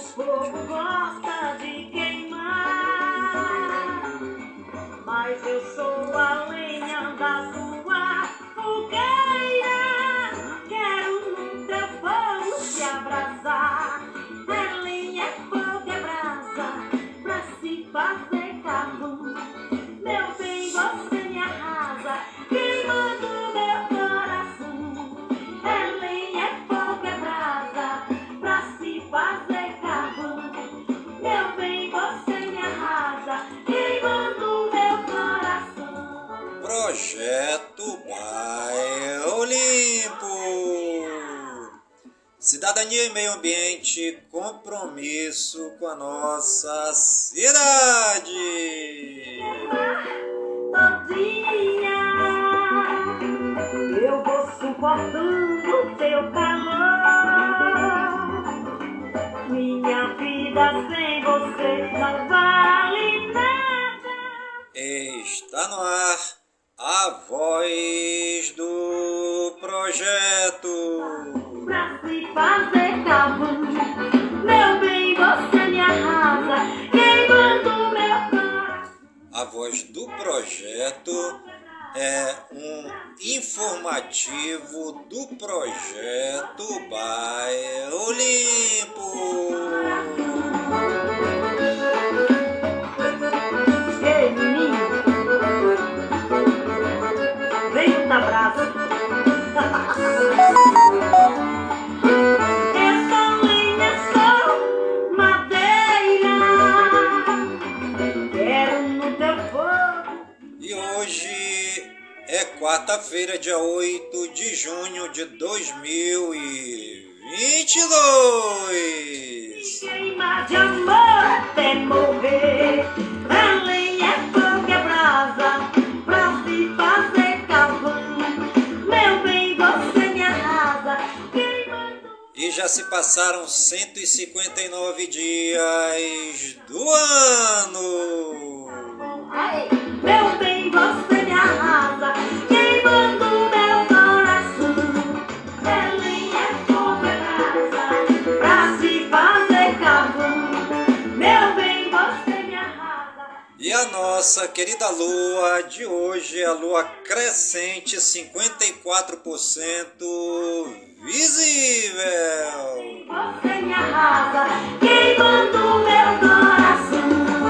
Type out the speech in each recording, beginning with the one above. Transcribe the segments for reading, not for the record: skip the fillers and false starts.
fogo gosta de queimar, mas eu sou a lenha da sua fogueira. Quero no teu fogo se abrasar. É lenha, é fogo, é brasa, pra se fazer carvão. Meu bem, você me arrasa, queimando meu coração. É lenha, é fogo, é brasa, pra se fazer carvão. Meu bem, você me arrasa, queimando meu coração. Projeto Bairro Limpo. Cidadania e meio ambiente, compromisso com a nossa cidade. Todinha, eu vou suportando teu calor. Minha vida sem você não vale nada. Está no ar a voz do projeto. Pra se fazer carvão, meu bem, você me arrasa, queimando meu coração. A voz do projeto é um informativo do projeto Bairro Limpo. Ei, menino, vem no abraço. Essa lenha é só madeira. Quero no teu fogo. E hoje é quarta-feira, dia 8 de junho de 2022. Queimar de amor até morrer. A lenha é fogo, é brasa, pra se fazer carvão. Meu bem, você me arrasa, queimando. E já se passaram 159 dias do ano. Ai, meu bem, você me arrasa, queimando meu coração. É lenha, é fogo, é brasa, pra se fazer carvão. Meu bem, você me arrasa. E a nossa querida lua de hoje é a lua crescente, 54% visível. Você me arrasa, queimando meu coração.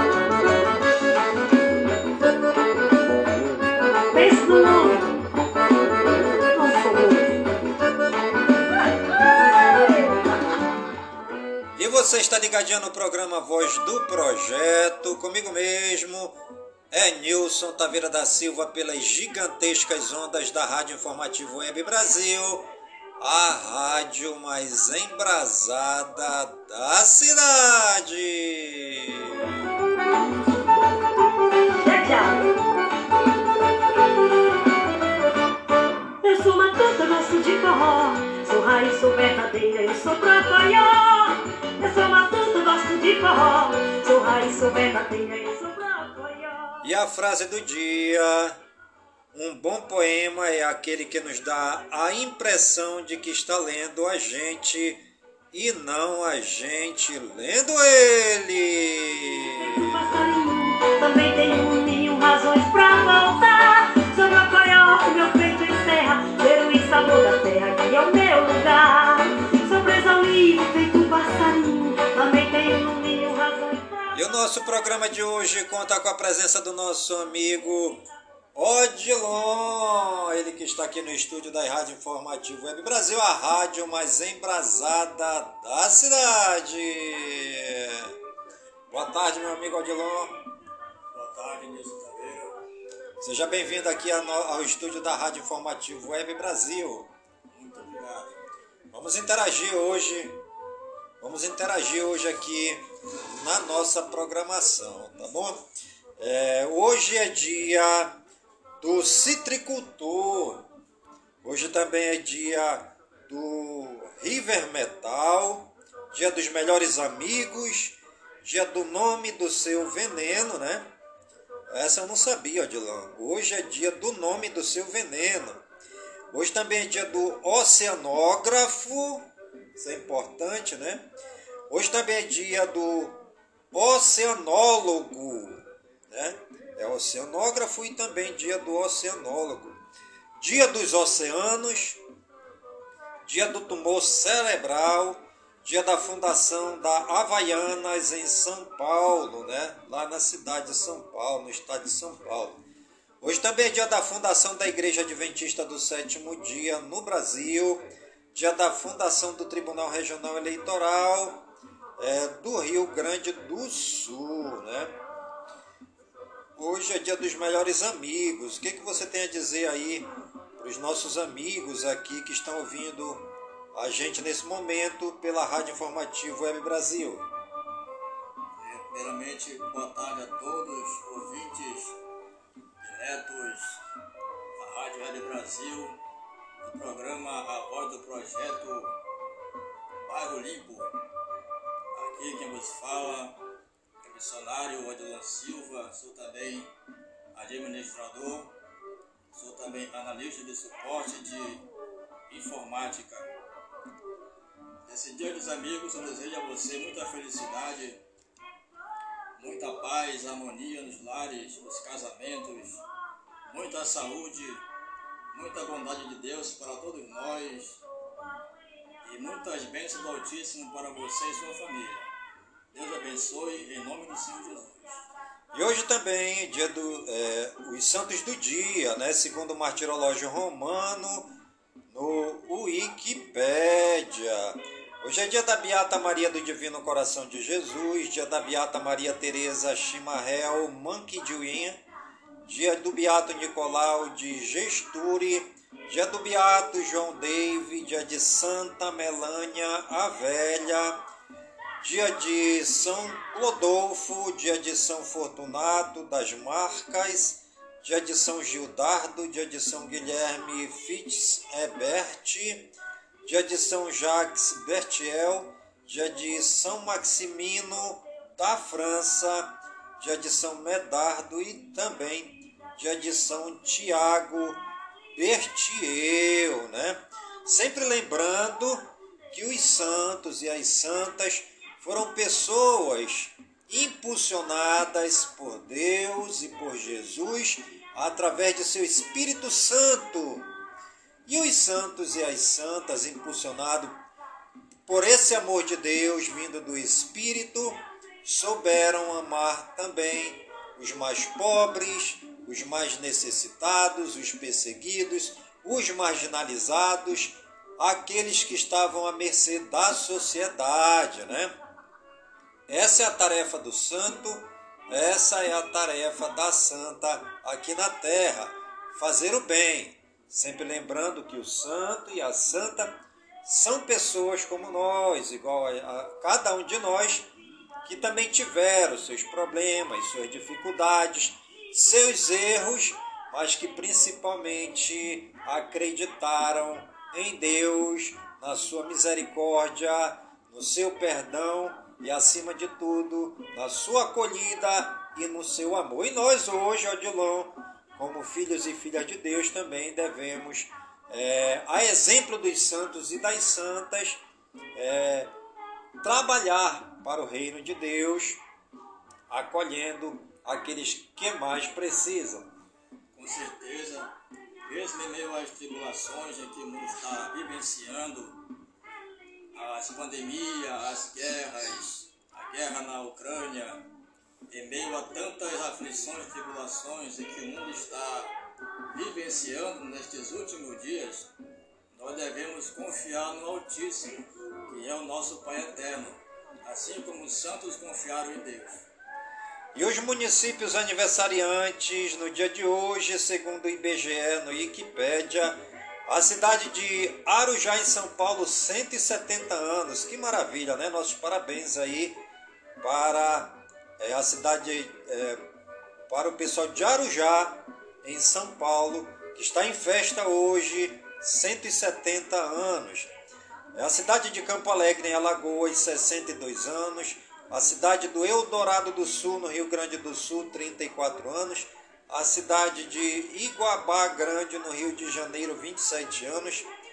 Pense no nome, não sou E você está ligadinho no programa Voz do Projeto, comigo mesmo, é Nilson Taveira da Silva, pelas gigantescas ondas da Rádio Informativo Web Brasil, a rádio mais embrasada da cidade. Eu sou matuta, gosto de forró. Sou raiz, sou verdadeira, eu sou procoió. Eu sou matuta, gosto de forró. Sou raiz, sou verdadeira, eu sou procoió. E a frase do dia: um bom poema é aquele que nos dá a impressão de que está lendo a gente e não a gente lendo ele. Passarinho, também tenho mil razões pra voltar. Sou procoió, meu peito encerra cheiro e sabor da terra, aqui é o meu lugar. Sou presa livre, feito um passarinho, também tenho mil razões pra voltar. E o nosso programa de hoje conta com a presença do nosso amigo Odilon, ele que está aqui no estúdio da Rádio Informativo Web Brasil, a rádio mais embrasada da cidade. Boa tarde, meu amigo Odilon. Boa tarde, Nilson Taveira. Seja bem-vindo aqui ao estúdio da Rádio Informativo Web Brasil. Muito obrigado. Vamos interagir hoje aqui na nossa programação, tá bom? Hoje é dia do citricultor. Hoje também é dia do River Metal, dia dos melhores amigos, dia do nome do seu veneno, né? Essa eu não sabia, Odilon. Hoje é dia do nome do seu veneno. Hoje também é dia do oceanógrafo. Isso é importante, né? Hoje também é dia do oceanólogo, né? É oceanógrafo e também dia do oceanólogo. Dia dos oceanos, dia do tumor cerebral, dia da fundação da Havaianas em São Paulo, né? Lá na cidade de São Paulo, no estado de São Paulo. Hoje também é dia da fundação da Igreja Adventista do Sétimo Dia no Brasil, dia da fundação do Tribunal Regional Eleitoral do Rio Grande do Sul, né? Hoje é dia dos melhores amigos. O que você tem a dizer aí para os nossos amigos aqui que estão ouvindo a gente nesse momento pela Rádio Informativo Web Brasil? Primeiramente, boa tarde a todos os ouvintes diretos da Rádio Web Brasil, do programa A Voz do Projeto Bairro Limpo. Aqui quem vos fala é o missionário Odilon Silva, sou também administrador, sou também analista de suporte de informática. Nesse dia dos amigos, eu desejo a você muita felicidade, muita paz, harmonia nos lares, nos casamentos, muita saúde, muita bondade de Deus para todos nós e muitas bênçãos do Altíssimo para você e sua família. Deus abençoe em nome do Senhor Jesus. E hoje também é dia os santos do dia, né? Segundo o martirológio romano, no Wikipédia. Hoje é dia da Beata Maria do Divino Coração de Jesus, dia da Beata Maria Teresa Chimarrel Manquiduinha, dia do Beato Nicolau de Gesturi, dia do Beato João David, dia de Santa Melânia a Velha, dia de São Clodolfo, dia de São Fortunato das Marcas, dia de São Gildardo, dia de São Guilherme Fitzherbert, dia de São Jacques Bertiel, dia de São Maximino da França, dia de São Medardo e também dia de São Tiago Bertiel, né? Sempre lembrando que os santos e as santas foram pessoas impulsionadas por Deus e por Jesus através de seu Espírito Santo. E os santos e as santas, impulsionados por esse amor de Deus vindo do Espírito, souberam amar também os mais pobres, os mais necessitados, os perseguidos, os marginalizados, aqueles que estavam à mercê da sociedade, né? Essa é a tarefa do santo, essa é a tarefa da santa aqui na terra, fazer o bem. Sempre lembrando que o santo e a santa são pessoas como nós, igual a cada um de nós, que também tiveram seus problemas, suas dificuldades, seus erros, mas que principalmente acreditaram em Deus, na sua misericórdia, no seu perdão e, acima de tudo, na sua acolhida e no seu amor. E nós hoje, Odilon, como filhos e filhas de Deus, também devemos, a exemplo dos santos e das santas, trabalhar para o reino de Deus, acolhendo aqueles que mais precisam. Com certeza, mesmo em meio às tribulações em que o mundo está vivenciando, as pandemias, as guerras, a guerra na Ucrânia, em meio a tantas aflições e tribulações em que o mundo está vivenciando nestes últimos dias, nós devemos confiar no Altíssimo, que é o nosso Pai Eterno, assim como os santos confiaram em Deus. E os municípios aniversariantes no dia de hoje, segundo o IBGE no Wikipédia, a cidade de Arujá, em São Paulo, 170 anos. Que maravilha, né? Nossos parabéns aí para a cidade, para o pessoal de Arujá, em São Paulo, que está em festa hoje, 170 anos. A cidade de Campo Alegre, em Alagoas, 62 anos. A cidade do Eldorado do Sul, no Rio Grande do Sul, 34 anos. A cidade de Iguabá Grande, no Rio de Janeiro, 27 anos.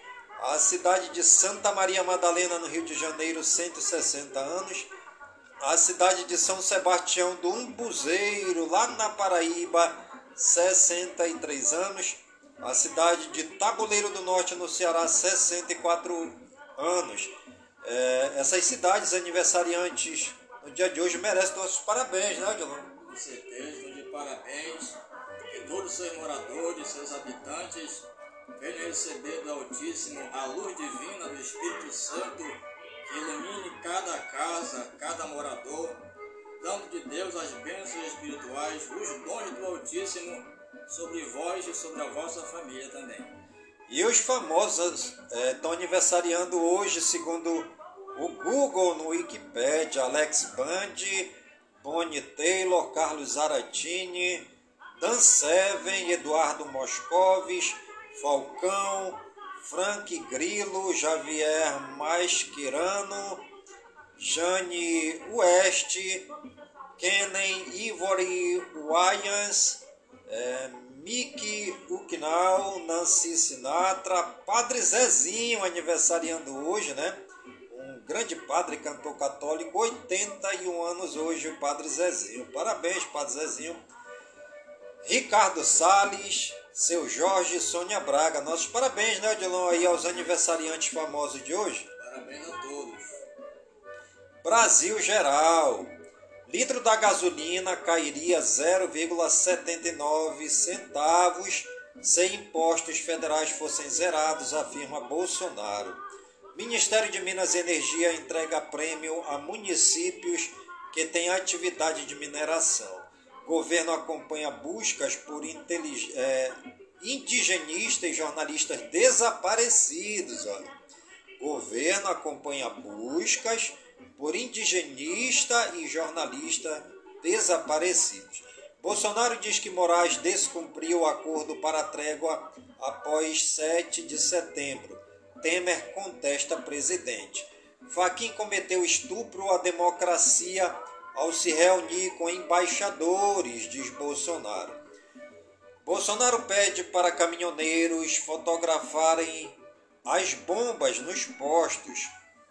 A cidade de Santa Maria Madalena, no Rio de Janeiro, 160 anos. A cidade de São Sebastião do Umbuzeiro, lá na Paraíba, 63 anos. A cidade de Tabuleiro do Norte, no Ceará, 64 anos. Essas cidades aniversariantes no dia de hoje merecem nossos parabéns, né, Adilon? Com certeza, estou de parabéns. Que todos os seus moradores, seus habitantes, venham receber do Altíssimo a luz divina do Espírito Santo, que ilumine cada casa, cada morador, dando de Deus as bênçãos espirituais, os dons do Altíssimo sobre vós e sobre a vossa família também. E os famosos estão aniversariando hoje, segundo o Google, no Wikipedia: Alex Band, Bonnie Taylor, Carlos Zaratini, Dan Seven, Eduardo Moscovis, Falcão, Frank Grillo, Javier Mascherano, Jane West, Kennen Ivory Wyans, Mickey Ucknall, Nancy Sinatra, Padre Zezinho aniversariando hoje, né? Um grande padre, cantor católico, 81 anos hoje, o Padre Zezinho. Parabéns, Padre Zezinho. Ricardo Salles, Seu Jorge e Sônia Braga. Nossos parabéns, né, Odilon, aí aos aniversariantes famosos de hoje. Parabéns a todos. Brasil geral. Litro da gasolina cairia 0,79 centavos se impostos federais fossem zerados, afirma Bolsonaro. Ministério de Minas e Energia entrega prêmio a municípios que têm atividade de mineração. Governo acompanha buscas por indigenistas e jornalistas desaparecidos. Olha. Governo acompanha buscas por indigenista e jornalista desaparecidos. Bolsonaro diz que Moraes descumpriu o acordo para a trégua após 7 de setembro. Temer contesta presidente. Fachin cometeu estupro à democracia ao se reunir com embaixadores, diz Bolsonaro. Bolsonaro pede para caminhoneiros fotografarem as bombas nos postos.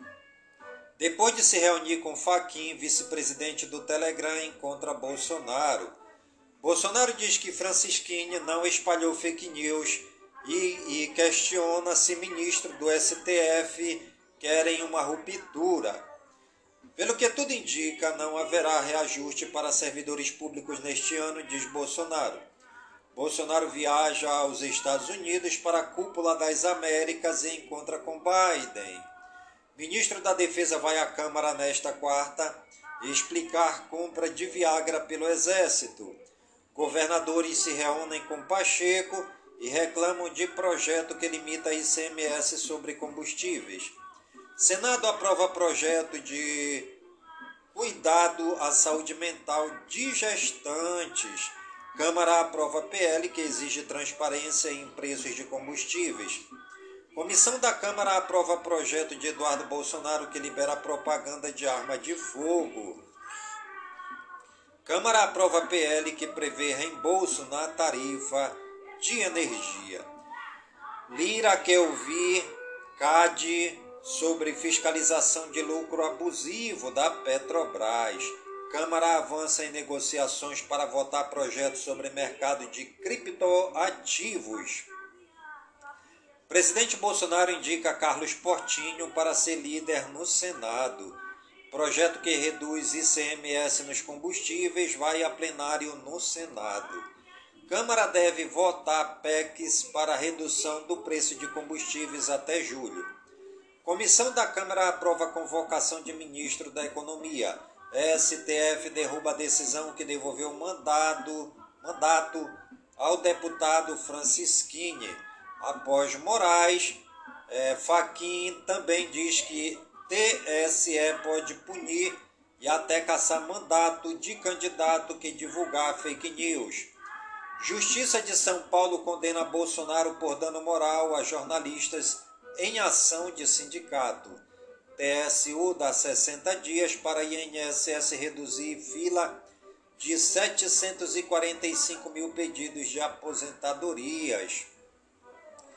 Depois de se reunir com Fachin, vice-presidente do Telegram encontra Bolsonaro. Bolsonaro diz que Francisquini não espalhou fake news e questiona se ministro do STF querem uma ruptura. Pelo que tudo indica, não haverá reajuste para servidores públicos neste ano, diz Bolsonaro. Bolsonaro viaja aos Estados Unidos para a Cúpula das Américas e encontra com Biden. Ministro da Defesa vai à Câmara nesta quarta explicar compra de Viagra pelo Exército. Governadores se reúnem com Pacheco e reclamam de projeto que limita ICMS sobre combustíveis. Senado aprova projeto de cuidado à saúde mental de gestantes. Câmara aprova PL que exige transparência em preços de combustíveis. Comissão da Câmara aprova projeto de Eduardo Bolsonaro que libera propaganda de arma de fogo. Câmara aprova PL que prevê reembolso na tarifa de energia. Lira quer ouvir CAD sobre fiscalização de lucro abusivo da Petrobras. Câmara avança em negociações para votar projeto sobre mercado de criptoativos. Presidente Bolsonaro indica Carlos Portinho para ser líder no Senado. Projeto que reduz ICMS nos combustíveis vai a plenário no Senado. Câmara deve votar PECs para redução do preço de combustíveis até julho. Comissão da Câmara aprova a convocação de ministro da Economia. STF derruba a decisão que devolveu mandato ao deputado Francisquini. Após Moraes, Fachin também diz que TSE pode punir e até caçar mandato de candidato que divulgar fake news. Justiça de São Paulo condena Bolsonaro por dano moral a jornalistas em ação de sindicato. TSU dá 60 dias para INSS reduzir fila de 745 mil pedidos de aposentadorias.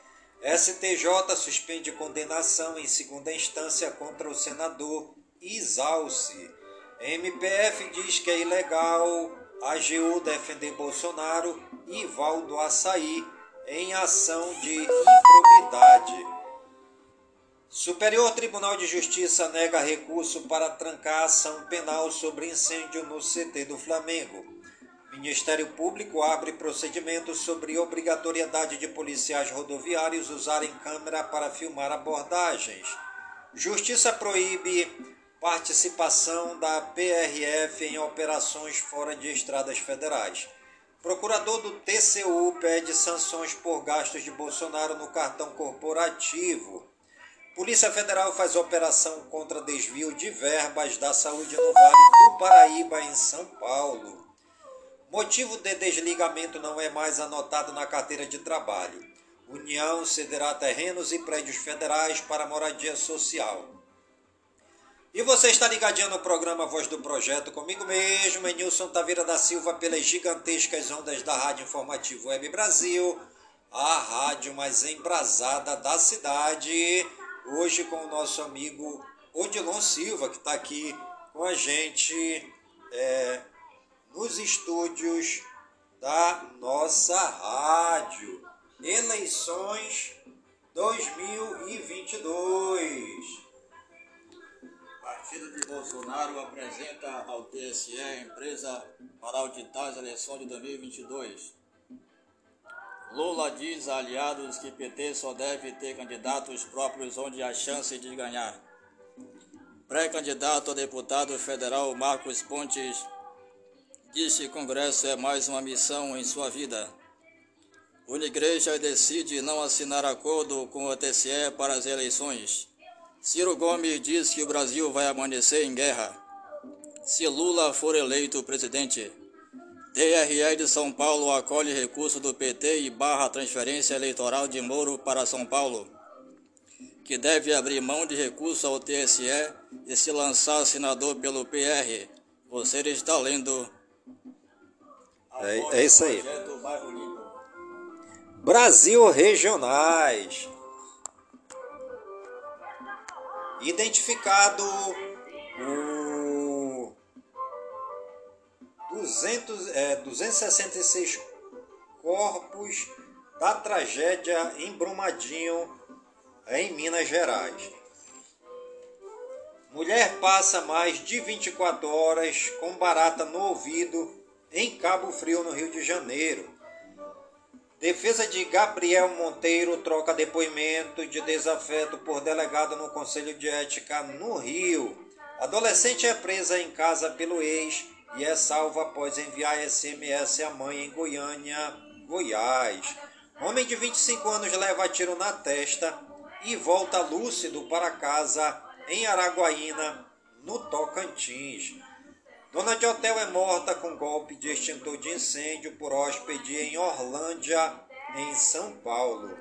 STJ suspende condenação em segunda instância contra o senador Isalci. MPF diz que é ilegal AGU defender Bolsonaro e Valdo Açaí em ação de improbidade. Superior Tribunal de Justiça nega recurso para trancar ação penal sobre incêndio no CT do Flamengo. Ministério Público abre procedimento sobre obrigatoriedade de policiais rodoviários usarem câmera para filmar abordagens. Justiça proíbe participação da PRF em operações fora de estradas federais. Procurador do TCU pede sanções por gastos de Bolsonaro no cartão corporativo. Polícia Federal faz operação contra desvio de verbas da saúde no Vale do Paraíba, em São Paulo. Motivo de desligamento não é mais anotado na carteira de trabalho. União cederá terrenos e prédios federais para moradia social. E você está ligadinho no programa Voz do Projeto, comigo mesmo, Enilson Taveira da Silva, pelas gigantescas ondas da Rádio Informativo Web Brasil, a rádio mais embrasada da cidade. Hoje com o nosso amigo Odilon Silva, que está aqui com a gente nos estúdios da nossa rádio. Eleições 2022. Partido de Bolsonaro apresenta ao TSE empresa para auditar as eleições de 2022. Lula diz a aliados que PT só deve ter candidatos próprios onde há chance de ganhar. Pré-candidato a deputado federal Marcos Pontes diz que Congresso é mais uma missão em sua vida. Unigreja decide não assinar acordo com o TSE para as eleições. Ciro Gomes diz que o Brasil vai amanhecer em guerra se Lula for eleito presidente. TRE de São Paulo acolhe recurso do PT e barra transferência eleitoral de Moro para São Paulo, que deve abrir mão de recurso ao TSE e se lançar senador pelo PR. Você está lendo... É isso aí. Brasil Regionais. Identificado o 266 corpos da tragédia em Brumadinho, em Minas Gerais. Mulher passa mais de 24 horas com barata no ouvido em Cabo Frio, no Rio de Janeiro. Defesa de Gabriel Monteiro troca depoimento de desafeto por delegado no Conselho de Ética no Rio. Adolescente é presa em casa pelo ex e é salva após enviar SMS à mãe em Goiânia, Goiás. Homem de 25 anos leva tiro na testa e volta lúcido para casa em Araguaína, no Tocantins. Dona de hotel é morta com golpe de extintor de incêndio por hóspede em Orlândia, em São Paulo.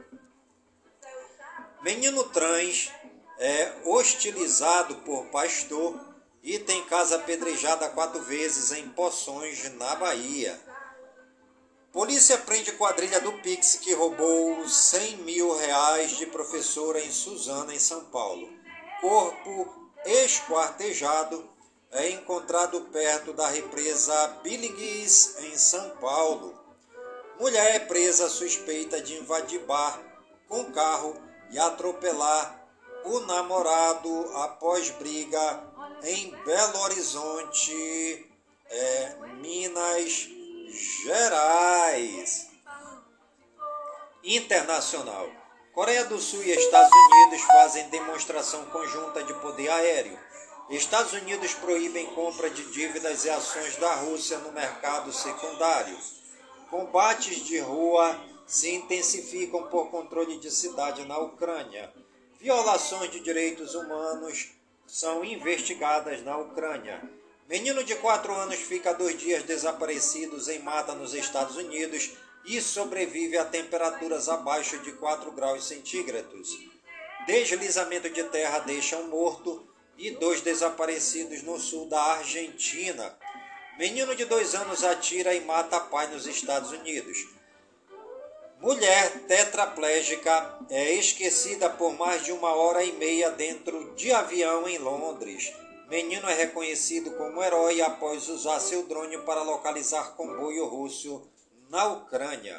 Menino trans é hostilizado por pastor e tem casa apedrejada 4 vezes em Poções, na Bahia. Polícia prende quadrilha do Pix que roubou R$100 mil de professora em Suzano, em São Paulo. Corpo esquartejado é encontrado perto da represa Biliguis, em São Paulo. Mulher é presa suspeita de invadir bar com carro e atropelar o namorado após briga em Belo Horizonte, Minas Gerais. Internacional. Coreia do Sul e Estados Unidos fazem demonstração conjunta de poder aéreo. Estados Unidos proíbem compra de dívidas e ações da Rússia no mercado secundário. Combates de rua se intensificam por controle de cidade na Ucrânia. Violações de direitos humanos são investigadas na Ucrânia. Menino de 4 anos fica 2 dias desaparecidos em mata nos Estados Unidos e sobrevive a temperaturas abaixo de 4 graus centígrados. Deslizamento de terra deixa um morto e 2 desaparecidos no sul da Argentina. Menino de 2 anos atira e mata pai nos Estados Unidos. Mulher tetraplégica é esquecida por mais de 1h30 dentro de avião em Londres. Menino é reconhecido como herói após usar seu drone para localizar comboio russo na Ucrânia.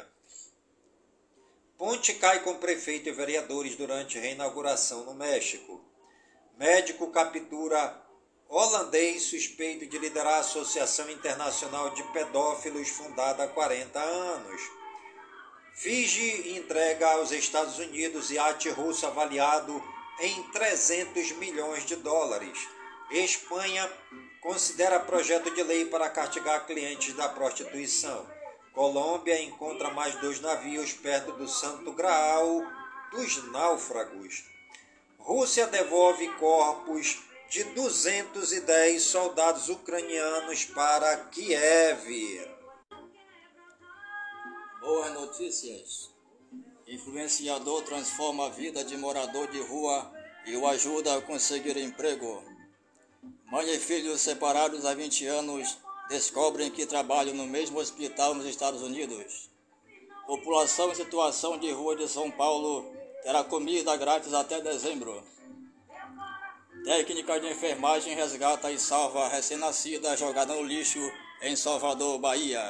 Ponte cai com prefeito e vereadores durante reinauguração no México. Médico captura holandês suspeito de liderar a Associação Internacional de Pedófilos fundada há 40 anos. Fiji entrega aos Estados Unidos iate russo avaliado em 300 milhões de dólares. Espanha considera projeto de lei para castigar clientes da prostituição. Colômbia encontra mais 2 navios perto do Santo Graal dos náufragos. Rússia devolve corpos de 210 soldados ucranianos para Kiev. Boas notícias. Influenciador transforma a vida de morador de rua e o ajuda a conseguir emprego. Mãe e filhos separados há 20 anos descobrem que trabalham no mesmo hospital nos Estados Unidos. População em situação de rua de São Paulo terá comida grátis até dezembro. Técnica de enfermagem resgata e salva a recém-nascida jogada no lixo em Salvador, Bahia.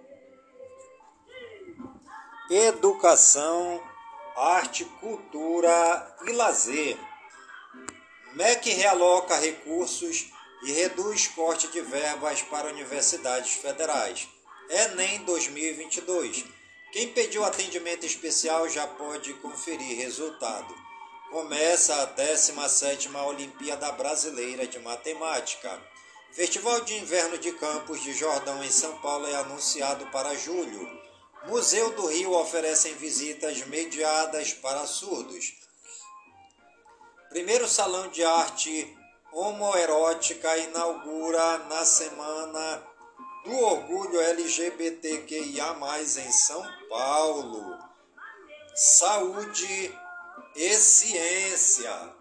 Educação, arte, cultura e lazer. MEC realoca recursos e reduz corte de verbas para universidades federais. Enem 2022. Quem pediu atendimento especial já pode conferir resultado. Começa a 17ª Olimpíada Brasileira de Matemática. Festival de Inverno de Campos de Jordão em São Paulo é anunciado para julho. Museu do Rio oferecem visitas mediadas para surdos. Primeiro Salão de Arte Homoerótica inaugura na Semana do Orgulho LGBTQIA+, em São Paulo. Saúde e ciência.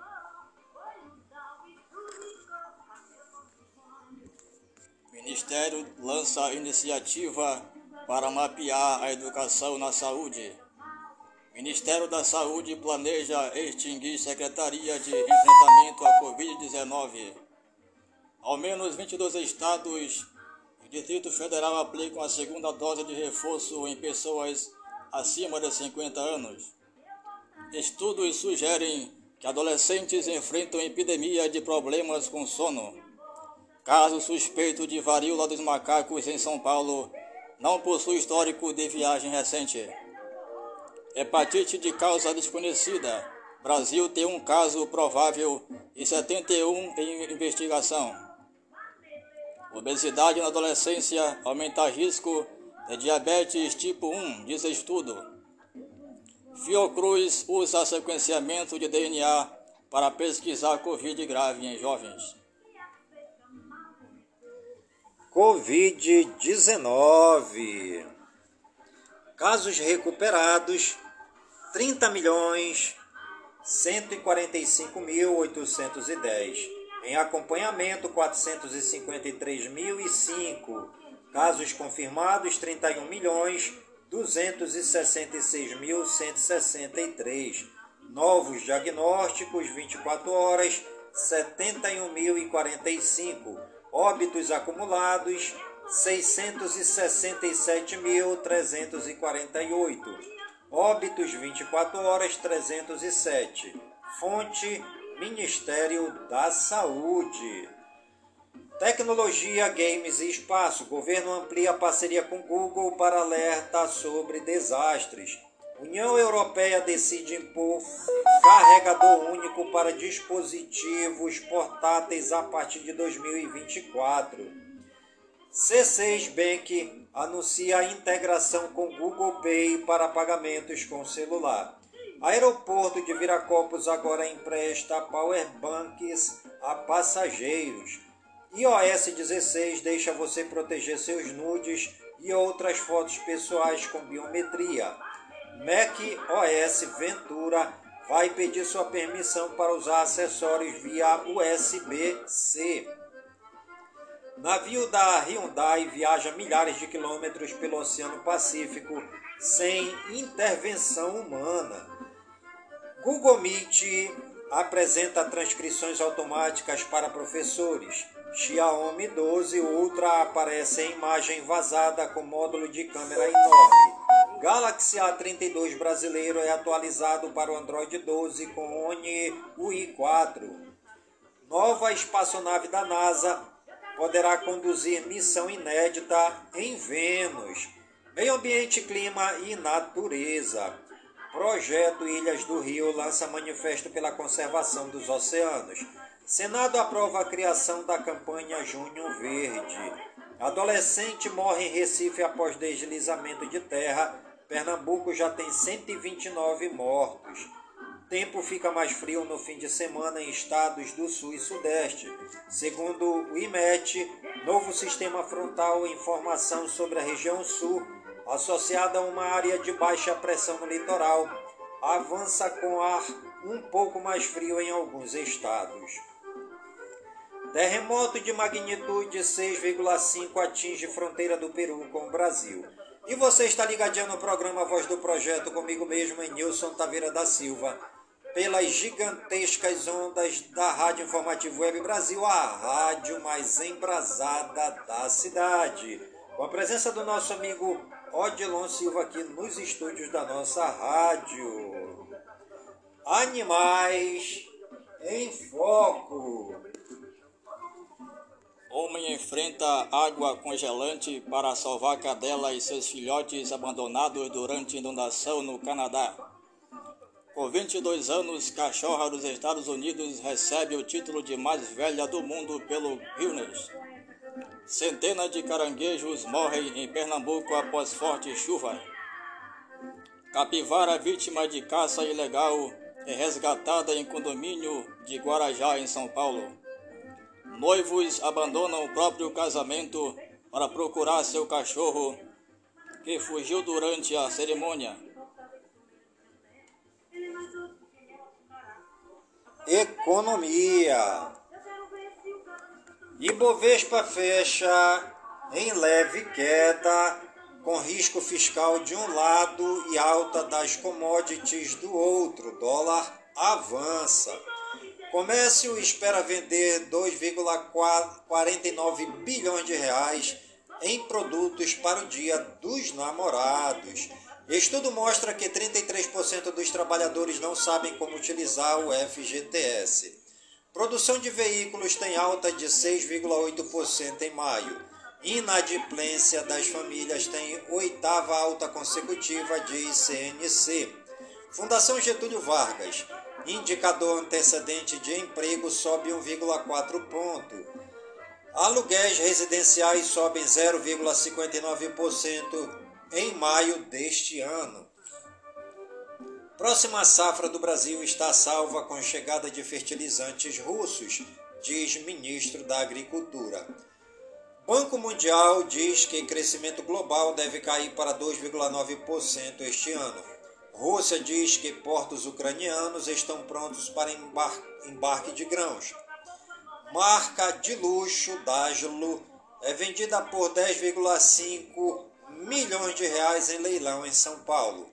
Ministério lança iniciativa para mapear a educação na saúde. Ministério da Saúde planeja extinguir Secretaria de Enfrentamento à Covid-19. Ao menos 22 estados e Distrito Federal aplicam a segunda dose de reforço em pessoas acima de 50 anos. Estudos sugerem que adolescentes enfrentam epidemia de problemas com sono. Caso suspeito de varíola dos macacos em São Paulo não possui histórico de viagem recente. Hepatite de causa desconhecida. Brasil tem um caso provável e 71 em investigação. Obesidade na adolescência aumenta risco de diabetes tipo 1, diz estudo. Fiocruz usa sequenciamento de DNA para pesquisar Covid grave em jovens. Covid-19. Casos recuperados, 30.145.810. Em acompanhamento, 453.005. Casos confirmados, 31.266.163. Novos diagnósticos, 24 horas, 71.045. Óbitos acumulados, 667.348. Óbitos 24 horas, 307. Fonte: Ministério da Saúde. Tecnologia, games e espaço. Governo amplia parceria com Google para alerta sobre desastres. União Europeia decide impor carregador único para dispositivos portáteis a partir de 2024. C6 Bank anuncia a integração com Google Pay para pagamentos com celular. Aeroporto de Viracopos agora empresta powerbanks a passageiros. iOS 16 deixa você proteger seus nudes e outras fotos pessoais com biometria. macOS Ventura vai pedir sua permissão para usar acessórios via USB-C. Navio da Hyundai viaja milhares de quilômetros pelo Oceano Pacífico sem intervenção humana. Google Meet apresenta transcrições automáticas para professores. Xiaomi 12 Ultra aparece em imagem vazada com módulo de câmera enorme. Galaxy A32 brasileiro é atualizado para o Android 12 com One UI 4. Nova espaçonave da NASA poderá conduzir missão inédita em Vênus. Meio ambiente, clima e natureza. Projeto Ilhas do Rio lança manifesto pela conservação dos oceanos. Senado aprova a criação da campanha Junho Verde. Adolescente morre em Recife após deslizamento de terra. Pernambuco já tem 129 mortos. Tempo fica mais frio no fim de semana em estados do Sul e Sudeste. Segundo o IMET, novo sistema frontal informação sobre a região Sul, associada a uma área de baixa pressão no litoral, avança com ar um pouco mais frio em alguns estados. Terremoto de magnitude 6,5 atinge fronteira do Peru com o Brasil. E você está ligadinho no programa Voz do Projeto, comigo mesmo, em Nilson Taveira da Silva, pelas gigantescas ondas da Rádio Informativo Web Brasil, a rádio mais embrasada da cidade. Com a presença do nosso amigo Odilon Silva aqui nos estúdios da nossa rádio. Animais em Foco. Homem enfrenta água congelante para salvar cadela e seus filhotes abandonados durante inundação no Canadá. Com 22 anos, cachorra dos Estados Unidos recebe o título de mais velha do mundo pelo Guinness. Centenas de caranguejos morrem em Pernambuco após forte chuva. Capivara vítima de caça ilegal é resgatada em condomínio de Guarajá, em São Paulo. Noivos abandonam o próprio casamento para procurar seu cachorro que fugiu durante a cerimônia. Economia. Ibovespa fecha em leve queda, com risco fiscal de um lado e alta das commodities do outro. Dólar avança. Comércio espera vender 2,49 bilhões de reais em produtos para o Dia dos Namorados. Estudo mostra que 33% dos trabalhadores não sabem como utilizar o FGTS. Produção de veículos tem alta de 6,8% em maio. Inadimplência das famílias tem 8ª alta consecutiva, diz CNC. Fundação Getúlio Vargas. Indicador antecedente de emprego sobe 1,4 ponto. Aluguéis residenciais sobem 0,59% em maio deste ano. Próxima safra do Brasil está salva com chegada de fertilizantes russos, diz ministro da Agricultura. Banco Mundial diz que crescimento global deve cair para 2,9% este ano. Rússia diz que portos ucranianos estão prontos para embarque de grãos. Marca de luxo Daslo é vendida por 10,5 milhões de reais em leilão em São Paulo.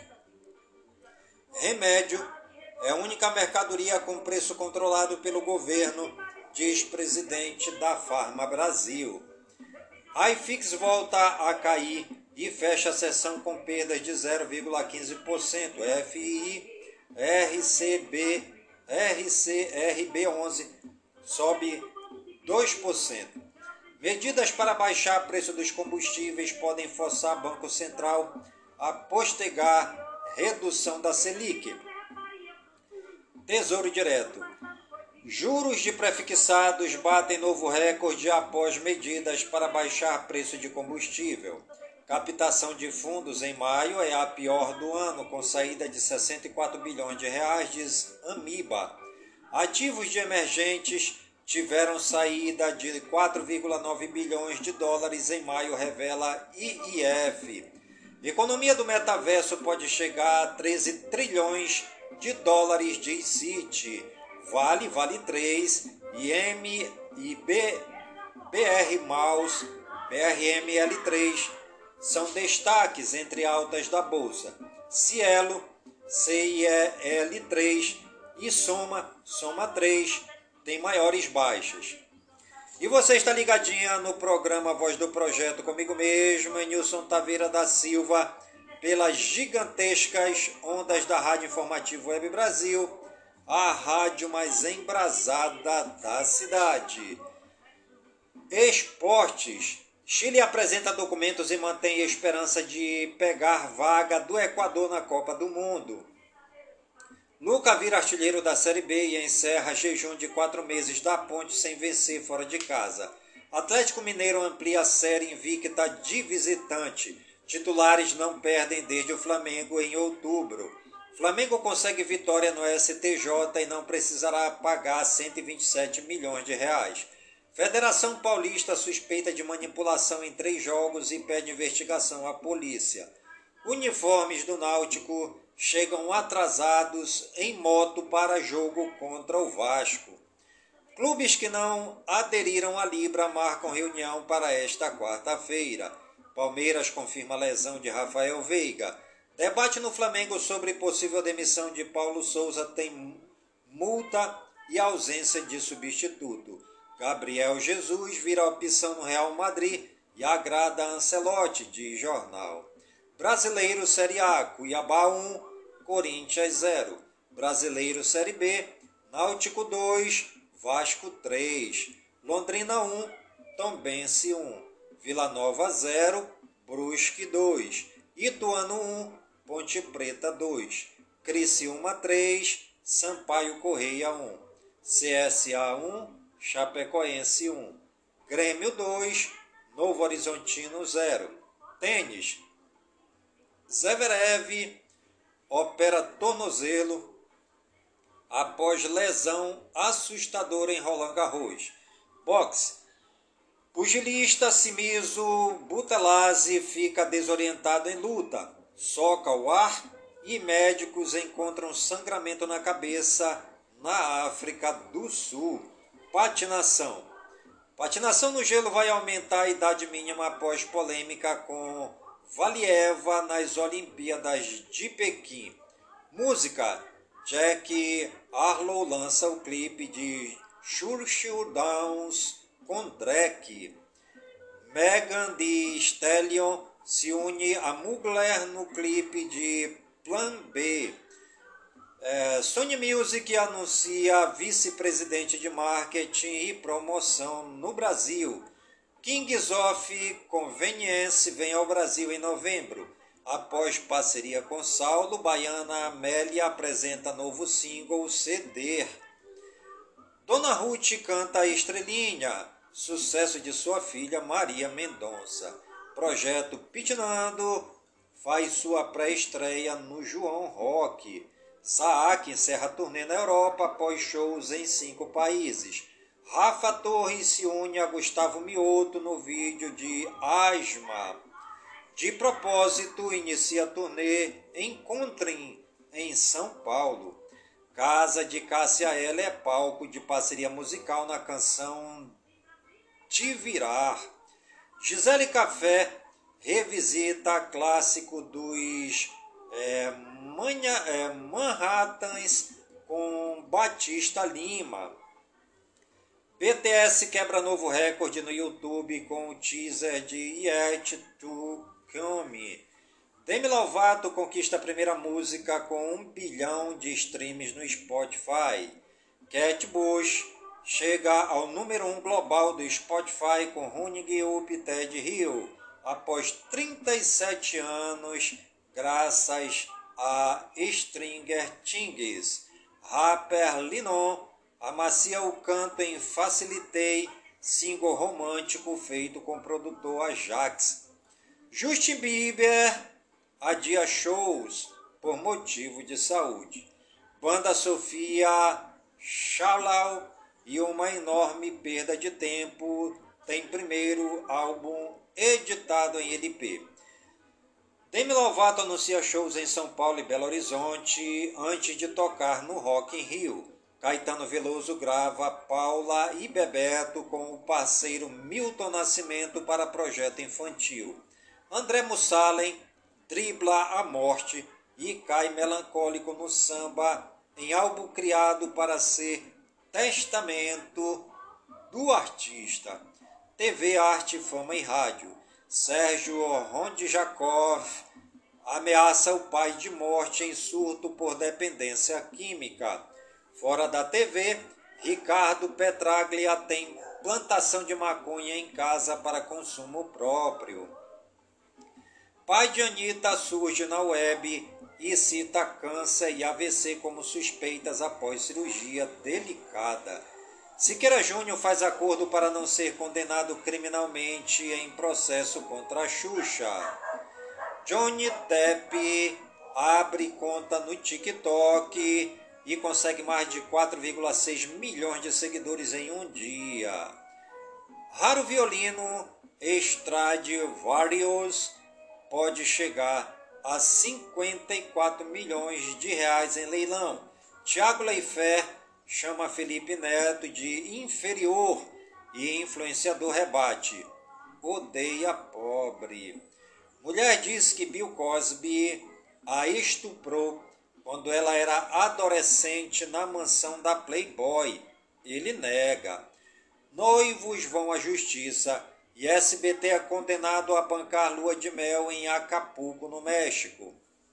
Remédio é a única mercadoria com preço controlado pelo governo, diz presidente da Farma Brasil. A iFix volta a cair e fecha a sessão com perdas de 0,15%. FI RCRB11 sobe 2%. Medidas para baixar o preço dos combustíveis podem forçar o Banco Central a postergar redução da Selic. Tesouro Direto. Juros de prefixados batem novo recorde após medidas para baixar preço de combustível. Captação de fundos em maio é a pior do ano, com saída de 64 bilhões de reais, diz Amiba. Ativos de emergentes tiveram saída de 4,9 bilhões de dólares em maio, revela IIF. Economia do metaverso pode chegar a 13 trilhões de dólares, diz Citi. Vale 3 e BR Mouse, BRML3 são destaques entre altas da Bolsa. Cielo, CIEL3 e Soma 3 tem maiores baixas. E você está ligadinha no programa Voz do Projeto comigo mesmo, Nilson Taveira da Silva, pelas gigantescas ondas da Rádio Informativo Web Brasil, a rádio mais embrasada da cidade. Esportes. Chile apresenta documentos e mantém esperança de pegar vaga do Equador na Copa do Mundo. Luca vira artilheiro da Série B e encerra jejum de 4 meses da Ponte sem vencer fora de casa. Atlético Mineiro amplia a série invicta de visitante. Titulares não perdem desde o Flamengo em outubro. Flamengo consegue vitória no STJ e não precisará pagar 127 milhões de reais. Federação Paulista suspeita de manipulação em 3 jogos e pede investigação à polícia. Uniformes do Náutico chegam atrasados em moto para jogo contra o Vasco. Clubes que não aderiram à Libra marcam reunião para esta quarta-feira. Palmeiras confirma a lesão de Rafael Veiga. Debate no Flamengo sobre possível demissão de Paulo Souza tem multa e ausência de substituto. Gabriel Jesus vira opção no Real Madrid e agrada a Ancelotti, diz jornal. Brasileiro Série A, Cuiabá 1, Corinthians 0. Brasileiro Série B, Náutico 2, Vasco 3. Londrina 1, Tombense 1. Vila Nova 0, Brusque 2. Ituano 1, Ponte Preta 2. Criciúma 3, Sampaio Correia 1. CSA 1, Chapecoense 1. Grêmio 2, Novo Horizontino 0. Tênis. Zverev opera tornozelo após lesão assustadora em Roland Garros. Boxe. Pugilista Simiso Butelazzi fica desorientado em luta. Soca o ar e médicos encontram sangramento na cabeça na África do Sul. Patinação. Patinação no gelo vai aumentar a idade mínima após polêmica com Valieva nas Olimpíadas de Pequim. Música. Jack Harlow lança o clipe de Churchill Downs com Drake. Megan Thee Stallion se une a Mugler no clipe de Plan B. Sony Music anuncia vice-presidente de marketing e promoção no Brasil. Kings of Convenience vem ao Brasil em novembro. Após parceria com Saulo, baiana Amélia apresenta novo single CD. Dona Ruth canta Estrelinha, sucesso de sua filha Maria Mendonça. Projeto Pitnando faz sua pré-estreia no João Rock. Saak encerra turnê na Europa após shows em 5 países. Rafa Torres se une a Gustavo Mioto no vídeo de Asma. De propósito, inicia a turnê Encontrem em São Paulo. Casa de Cássia Eller é palco de parceria musical na canção Te Virar. Gisele Café revisita clássico dos Manhattans com Batista Lima. BTS quebra novo recorde no YouTube com o teaser de Yet to Come. Demi Lovato conquista a primeira música com 1 bilhão de streams no Spotify. Kate Bush chega ao número 1 global do Spotify com Running Up Ted Hill após 37 anos, graças a Stringer Things. Rapper Linon amacia o canto em Facilitei, single romântico feito com o produtor Ajax. Justin Bieber adia shows por motivo de saúde. Banda Sofia Shallow e uma enorme perda de tempo tem primeiro álbum editado em LP. Demi Lovato anuncia shows em São Paulo e Belo Horizonte antes de tocar no Rock in Rio. Caetano Veloso grava Paula e Bebeto com o parceiro Milton Nascimento para projeto infantil. André Mussalem dribla a morte e cai melancólico no samba em álbum criado para ser testamento do artista. TV, Arte, Fama e Rádio. Sérgio Rondjakov ameaça o pai de morte em surto por dependência química. Fora da TV, Ricardo Petraglia tem plantação de maconha em casa para consumo próprio. Pai de Anitta surge na web e cita câncer e AVC como suspeitas após cirurgia delicada. Siqueira Júnior faz acordo para não ser condenado criminalmente em processo contra a Xuxa. Johnny Depp abre conta no TikTok e consegue mais de 4,6 milhões de seguidores em um dia. Raro violino Stradivarius pode chegar a 54 milhões de reais em leilão. Tiago Leifert chama Felipe Neto de inferior e influenciador rebate: odeia pobre. Mulher diz que Bill Cosby a estuprou quando ela era adolescente na mansão da Playboy. Ele nega. Noivos vão à justiça e SBT é condenado a bancar lua de mel em Acapulco, no México.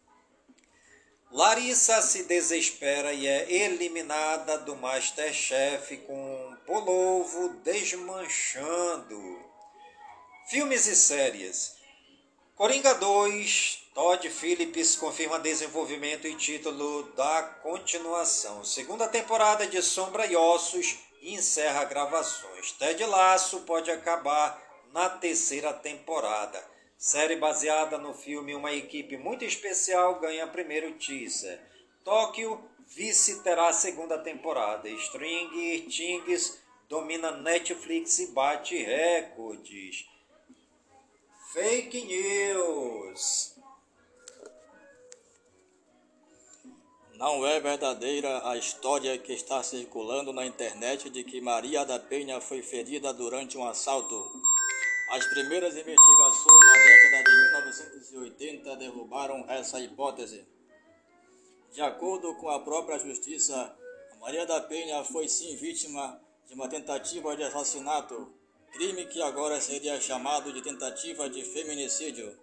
Larissa se desespera e é eliminada do MasterChef com Polvo desmanchando. Filmes e séries. Coringa 2, Todd Phillips confirma desenvolvimento e título da continuação. Segunda temporada de Sombra e Ossos encerra gravações. Ted Lasso pode acabar na terceira temporada. Série baseada no filme Uma Equipe Muito Especial ganha primeiro teaser. Tóquio Vice terá segunda temporada. Stranger Things domina Netflix e bate recordes. Fake News. Não é verdadeira a história que está circulando na internet de que Maria da Penha foi ferida durante um assalto. As primeiras investigações na década de 1980 derrubaram essa hipótese. De acordo com a própria justiça, Maria da Penha foi sim vítima de uma tentativa de assassinato, crime que agora seria chamado de tentativa de feminicídio.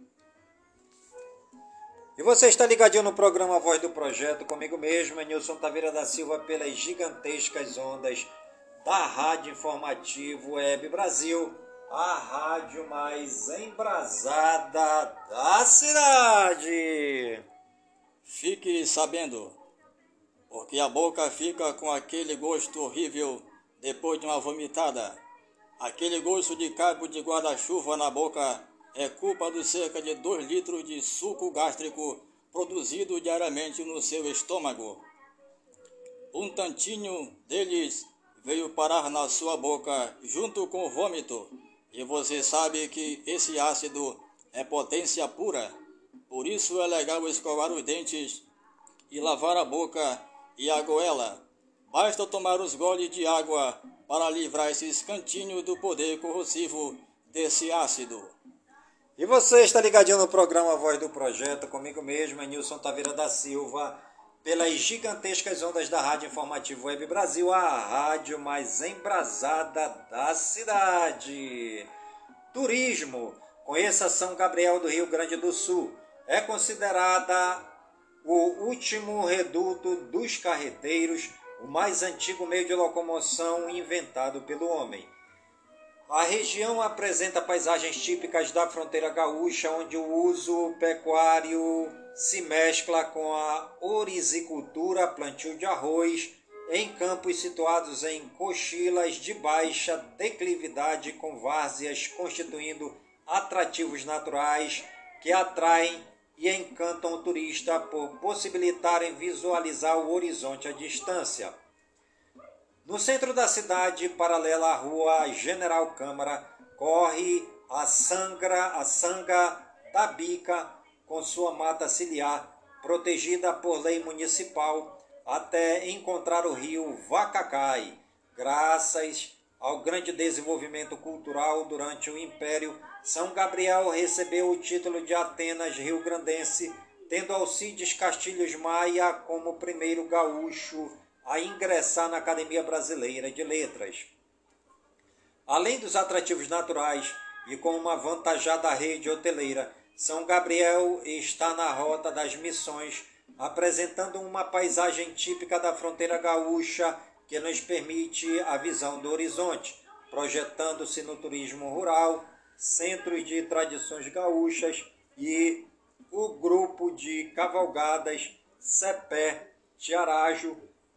E você está ligadinho no programa Voz do Projeto, comigo mesmo, Nilson Taveira da Silva, pelas gigantescas ondas da Rádio Informativo Web Brasil, a rádio mais embrasada da cidade. Fique sabendo, porque a boca fica com aquele gosto horrível depois de uma vomitada. Aquele gosto de cabo de guarda-chuva na boca é culpa dos cerca de 2 litros de suco gástrico produzido diariamente no seu estômago. Um tantinho deles veio parar na sua boca junto com o vômito, e você sabe que esse ácido é potência pura. Por isso é legal escovar os dentes e lavar a boca e a goela. Basta tomar uns goles de água para livrar esses cantinhos do poder corrosivo desse ácido. E você está ligadinho no programa Voz do Projeto, comigo mesmo, Nilson Taveira da Silva, pelas gigantescas ondas da Rádio Informativo Web Brasil, a rádio mais embrasada da cidade. Turismo. Conheça São Gabriel do Rio Grande do Sul. É considerada o último reduto dos carreteiros, o mais antigo meio de locomoção inventado pelo homem. A região apresenta paisagens típicas da fronteira gaúcha, onde o uso pecuário se mescla com a orizicultura, plantio de arroz, em campos situados em cochilas de baixa declividade com várzeas constituindo atrativos naturais que atraem e encantam o turista por possibilitarem visualizar o horizonte à distância. No centro da cidade, paralela à rua General Câmara, corre a Sanga da Bica, com sua mata ciliar, protegida por lei municipal. até encontrar o rio Vacacai, graças ao grande desenvolvimento cultural durante o Império. São Gabriel recebeu o título de Atenas rio-grandense, tendo Alcides Castilhos Maia como primeiro gaúcho a ingressar na Academia Brasileira de Letras. Além dos atrativos naturais e com uma avantajada rede hoteleira, São Gabriel está na Rota das Missões, apresentando uma paisagem típica da fronteira gaúcha que nos permite a visão do horizonte, projetando-se no turismo rural, centros de tradições gaúchas e o grupo de cavalgadas Cepé Tiarajo,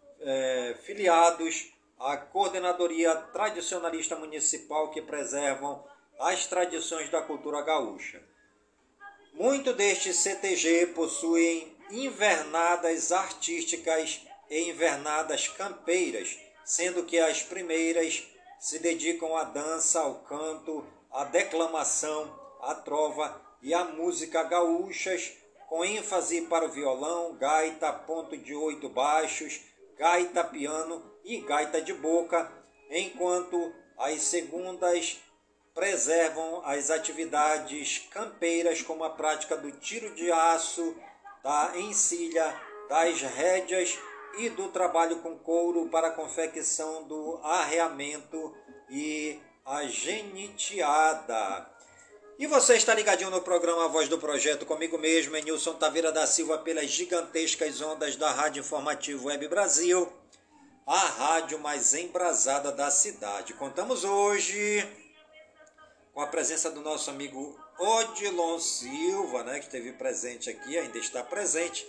filiados à Coordenadoria Tradicionalista Municipal, que preservam as tradições da cultura gaúcha. Muito destes CTG possuem invernadas artísticas e invernadas campeiras, sendo que as primeiras se dedicam à dança, ao canto, à declamação, à trova e à música gaúchas, com ênfase para o violão, gaita, ponto de 8 baixos, gaita, piano e gaita de boca, enquanto as segundas preservam as atividades campeiras, como a prática do tiro de aço, da encilha, das rédeas e do trabalho com couro para a confecção do arreamento e a geniteada. E você está ligadinho no programa A Voz do Projeto, comigo mesmo, Nilson Taveira da Silva, pelas gigantescas ondas da Rádio Informativo Web Brasil, a rádio mais embrasada da cidade. Contamos hoje com a presença do nosso amigo Odilon Silva, que esteve presente aqui, ainda está presente,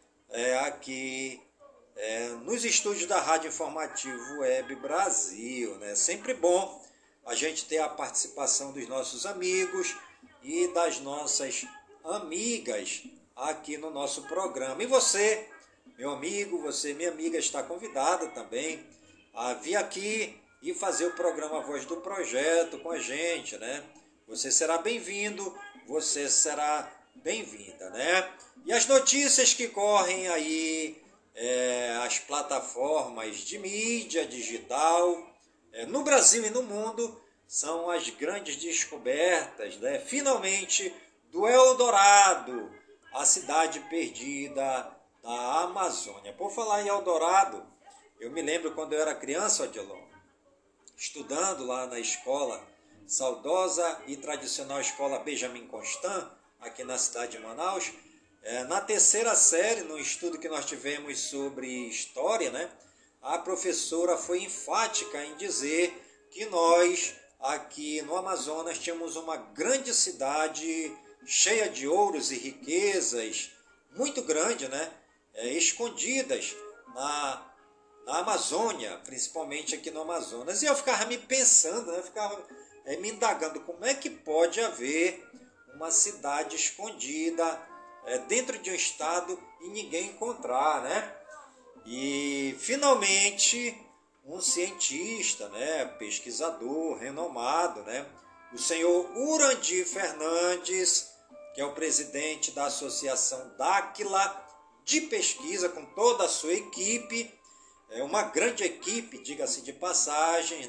aqui nos estúdios da Rádio Informativo Web Brasil. Sempre bom a gente ter a participação dos nossos amigos e das nossas amigas aqui no nosso programa. E você, meu amigo, você, minha amiga, está convidada também a vir aqui e fazer o programa Voz do Projeto com a gente, Você será bem-vindo, você será bem-vinda, E as notícias que correm aí, as plataformas de mídia digital, no Brasil e no mundo, são as grandes descobertas, finalmente, do Eldorado, a cidade perdida da Amazônia. Por falar em Eldorado, eu me lembro quando eu era criança, Odilon, estudando lá na escola, saudosa e tradicional escola Benjamin Constant, aqui na cidade de Manaus, na terceira série, no estudo que nós tivemos sobre história, a professora foi enfática em dizer que nós, aqui no Amazonas, tínhamos uma grande cidade cheia de ouros e riquezas, muito grande, escondidas na Amazônia, principalmente aqui no Amazonas. E eu ficava me pensando, ficava me indagando como é que pode haver uma cidade escondida dentro de um estado e ninguém encontrar, E, finalmente, um cientista, pesquisador renomado, o senhor Urandir Fernandes, que é o presidente da Associação Dáquila de Pesquisa, com toda a sua equipe, uma grande equipe, diga-se de passagens,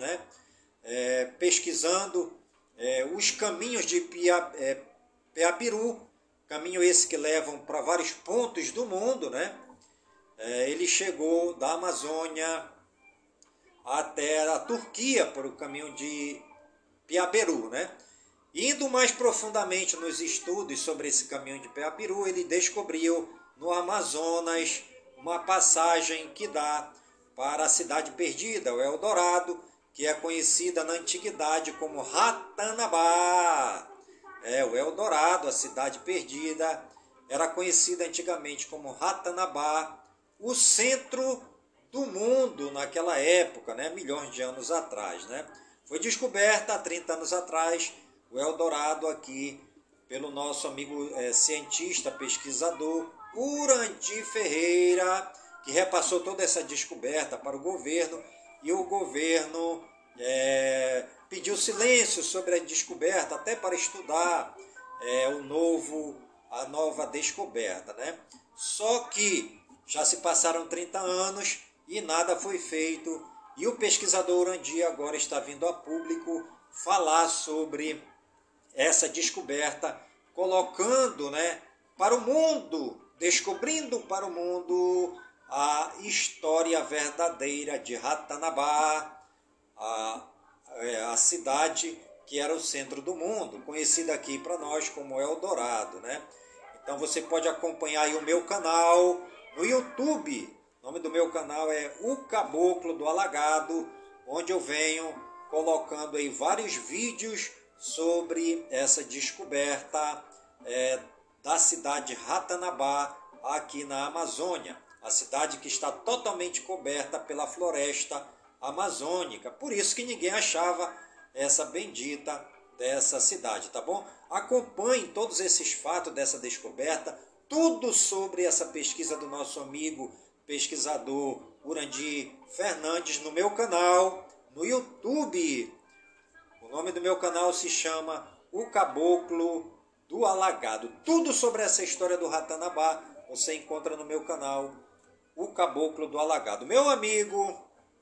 pesquisando os caminhos de Piabiru, caminho esse que levam para vários pontos do mundo, ele chegou da Amazônia até a Turquia por o caminho de Piabiru, Indo mais profundamente nos estudos sobre esse caminho de Piabiru, ele descobriu no Amazonas uma passagem que dá para a cidade perdida, o Eldorado, que é conhecida na antiguidade como Ratanabá. O Eldorado, a cidade perdida, era conhecida antigamente como Ratanabá, o centro do mundo naquela época, milhões de anos atrás. Foi descoberta há 30 anos atrás o Eldorado aqui pelo nosso amigo cientista, pesquisador Urandir Ferreira, que repassou toda essa descoberta para o governo, e o governo pediu silêncio sobre a descoberta, até para estudar a nova descoberta. Só que Já se passaram 30 anos e nada foi feito. E o pesquisador Urandi agora está vindo a público falar sobre essa descoberta, colocando, né, para o mundo, descobrindo para o mundo a história verdadeira de Ratanabá, a cidade que era o centro do mundo, conhecida aqui para nós como Eldorado, né? Então você pode acompanhar aí o meu canal no YouTube. O nome do meu canal é O Caboclo do Alagado, onde eu venho colocando aí vários vídeos sobre essa descoberta da cidade de Ratanabá, aqui na Amazônia. A cidade que está totalmente coberta pela floresta amazônica. Por isso que ninguém achava essa bendita dessa cidade, tá bom? Acompanhe todos esses fatos dessa descoberta, tudo sobre essa pesquisa do nosso amigo pesquisador Urandi Fernandes no meu canal, no YouTube. O nome do meu canal se chama O Caboclo do Alagado. Tudo sobre essa história do Ratanabá você encontra no meu canal, O Caboclo do Alagado. Meu amigo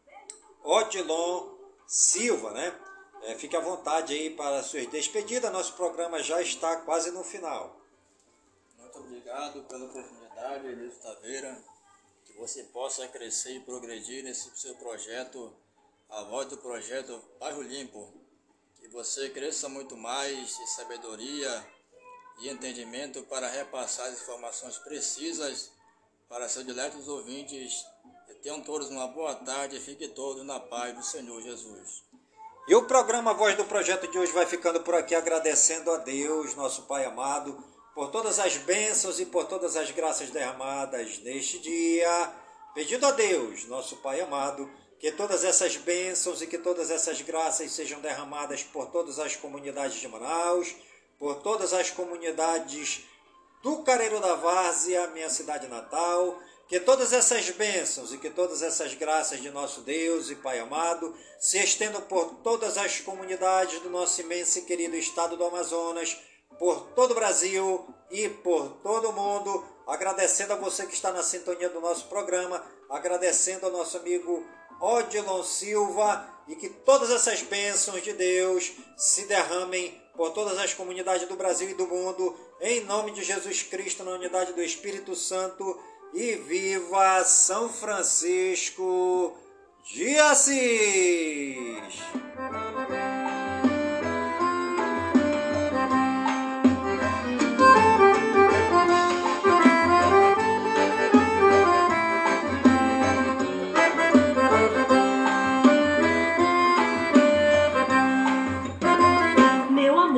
Odilon Silva, né? Fique à vontade aí para suas despedidas. Nosso programa já está quase no final. Muito obrigado pela oportunidade, Elísio Taveira. Que você possa crescer e progredir nesse seu projeto, a voz do projeto Bairro Limpo. Que você cresça muito mais em sabedoria e entendimento para repassar as informações precisas para seus diletos ouvintes. E tenham todos uma boa tarde e fiquem todos na paz do Senhor Jesus. E o programa Voz do Projeto de hoje vai ficando por aqui, agradecendo a Deus, nosso Pai amado, por todas as bênçãos e por todas as graças derramadas neste dia. Pedindo a Deus, nosso Pai amado, que todas essas bênçãos e que todas essas graças sejam derramadas por todas as comunidades de Manaus, por todas as comunidades do Careiro da Várzea, minha cidade natal. Que todas essas bênçãos e que todas essas graças de nosso Deus e Pai amado se estendam por todas as comunidades do nosso imenso e querido estado do Amazonas, por todo o Brasil e por todo o mundo. Agradecendo a você que está na sintonia do nosso programa, agradecendo ao nosso amigo Odilon Silva, e que todas essas bênçãos de Deus se derramem por todas as comunidades do Brasil e do mundo, em nome de Jesus Cristo, na unidade do Espírito Santo. E viva São Francisco de Assis!